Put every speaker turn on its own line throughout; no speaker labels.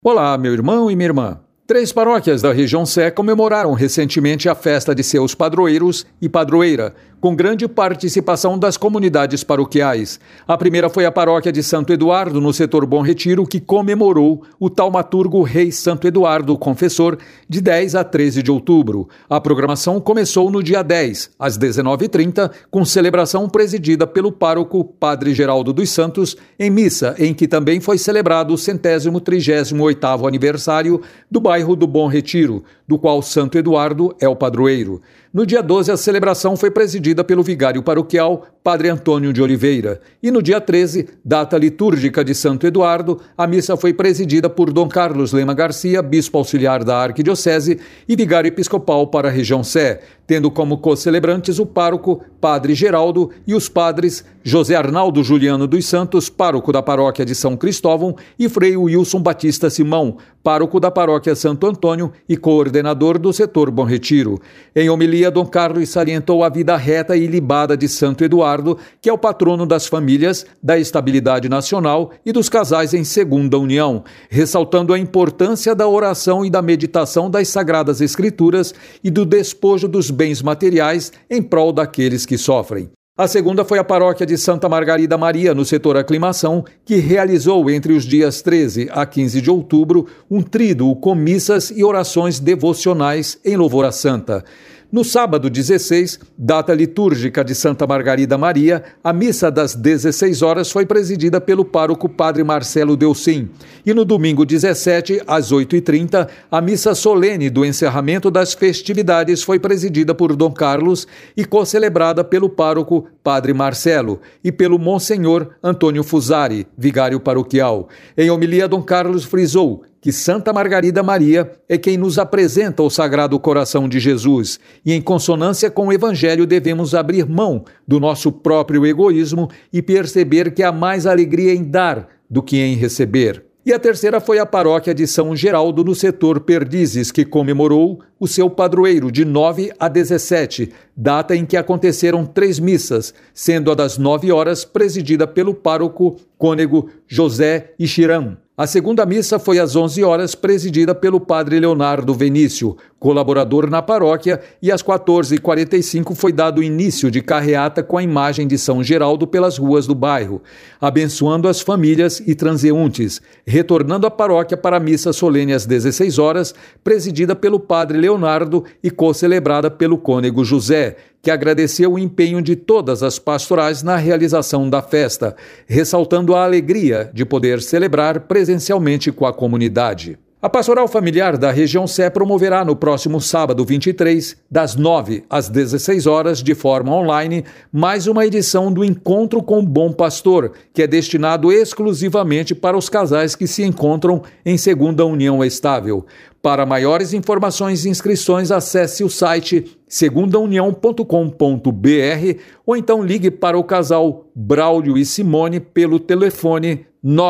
Olá, meu irmão e minha irmã. 3 paróquias da região Sé comemoraram recentemente a festa de seus padroeiros e padroeira, com grande participação das comunidades paroquiais. A primeira foi a paróquia de Santo Eduardo, no setor Bom Retiro, que comemorou o taumaturgo Rei Santo Eduardo, confessor, de 10 a 13 de outubro. A programação começou no dia 10, às 19h30, com celebração presidida pelo pároco Padre Geraldo dos Santos, em missa em que também foi celebrado o 138º aniversário do bairro do Bom Retiro, do qual Santo Eduardo é o padroeiro. No dia 12, a celebração foi presidida pelo vigário paroquial, Padre Antônio de Oliveira. E no dia 13, data litúrgica de Santo Eduardo, a missa foi presidida por Dom Carlos Lema Garcia, bispo auxiliar da Arquidiocese e vigário episcopal para a região Sé, tendo como co-celebrantes o pároco Padre Geraldo e os padres José Arnaldo Juliano dos Santos, pároco da paróquia de São Cristóvão, e Frei Wilson Batista Simão, pároco da paróquia Santo Antônio e coordenador do setor Bom Retiro. Em homilia, Dom Carlos salientou a vida reta e ilibada de Santo Eduardo, que é o patrono das famílias, da estabilidade nacional e dos casais em segunda união, ressaltando a importância da oração e da meditação das Sagradas Escrituras e do despojo dos bens materiais em prol daqueles que sofrem. A segunda foi a paróquia de Santa Margarida Maria, no setor Aclimação, que realizou entre os dias 13 a 15 de outubro um tríduo com missas e orações devocionais em louvor à Santa. No sábado 16, data litúrgica de Santa Margarida Maria, a missa das 16 horas foi presidida pelo pároco Padre Marcelo Delcim. E no domingo 17, às 8h30, a missa solene do encerramento das festividades foi presidida por Dom Carlos e co-celebrada pelo pároco Padre Marcelo e pelo Monsenhor Antônio Fusari, vigário paroquial. Em homilia, Dom Carlos frisou que Santa Margarida Maria é quem nos apresenta o Sagrado Coração de Jesus e, em consonância com o Evangelho, devemos abrir mão do nosso próprio egoísmo e perceber que há mais alegria em dar do que em receber. E a terceira foi a paróquia de São Geraldo, no setor Perdizes, que comemorou o seu padroeiro de 9 a 17, data em que aconteceram 3 missas, sendo a das 9 horas presidida pelo pároco cônego José Ichiram. A segunda missa foi às 11 horas, presidida pelo padre Leonardo Venício, colaborador na paróquia, e às 14h45 foi dado início de carreata com a imagem de São Geraldo pelas ruas do bairro, abençoando as famílias e transeuntes, retornando à paróquia para a missa solene às 16 horas, presidida pelo padre Leonardo e co-celebrada pelo cônego José, que agradeceu o empenho de todas as pastorais na realização da festa, ressaltando a alegria de poder celebrar presencialmente com a comunidade. A Pastoral Familiar da região Sé promoverá no próximo sábado 23, das 9 às 16 horas, de forma online, mais uma edição do Encontro com o Bom Pastor, que é destinado exclusivamente para os casais que se encontram em segunda união estável. Para maiores informações e inscrições, acesse o site segundaunião.com.br ou então ligue para o casal Braulio e Simone pelo telefone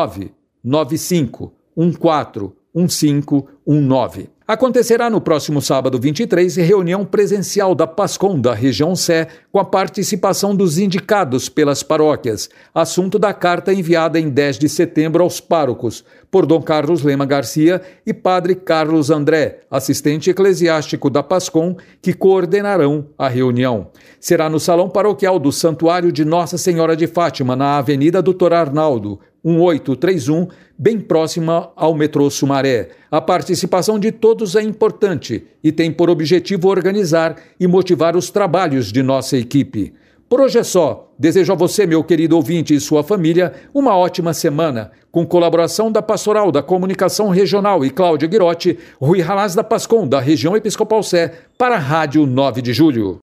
995 14 1519. Acontecerá no próximo sábado 23 reunião presencial da PASCOM da região Sé, com a participação dos indicados pelas paróquias, assunto da carta enviada em 10 de setembro aos párocos, por Dom Carlos Lema Garcia e Padre Carlos André, assistente eclesiástico da PASCOM, que coordenarão a reunião. Será no Salão Paroquial do Santuário de Nossa Senhora de Fátima, na Avenida Doutor Arnaldo, 1831, bem próxima ao metrô Sumaré. A participação de todos é importante e tem por objetivo organizar e motivar os trabalhos de nossa equipe. Por hoje é só. Desejo a você, meu querido ouvinte, e sua família, uma ótima semana, com colaboração da Pastoral da Comunicação Regional e Cláudia Guirotti, Rui Halaz da PASCOM da região Episcopal Sé, para a Rádio 9 de Julho.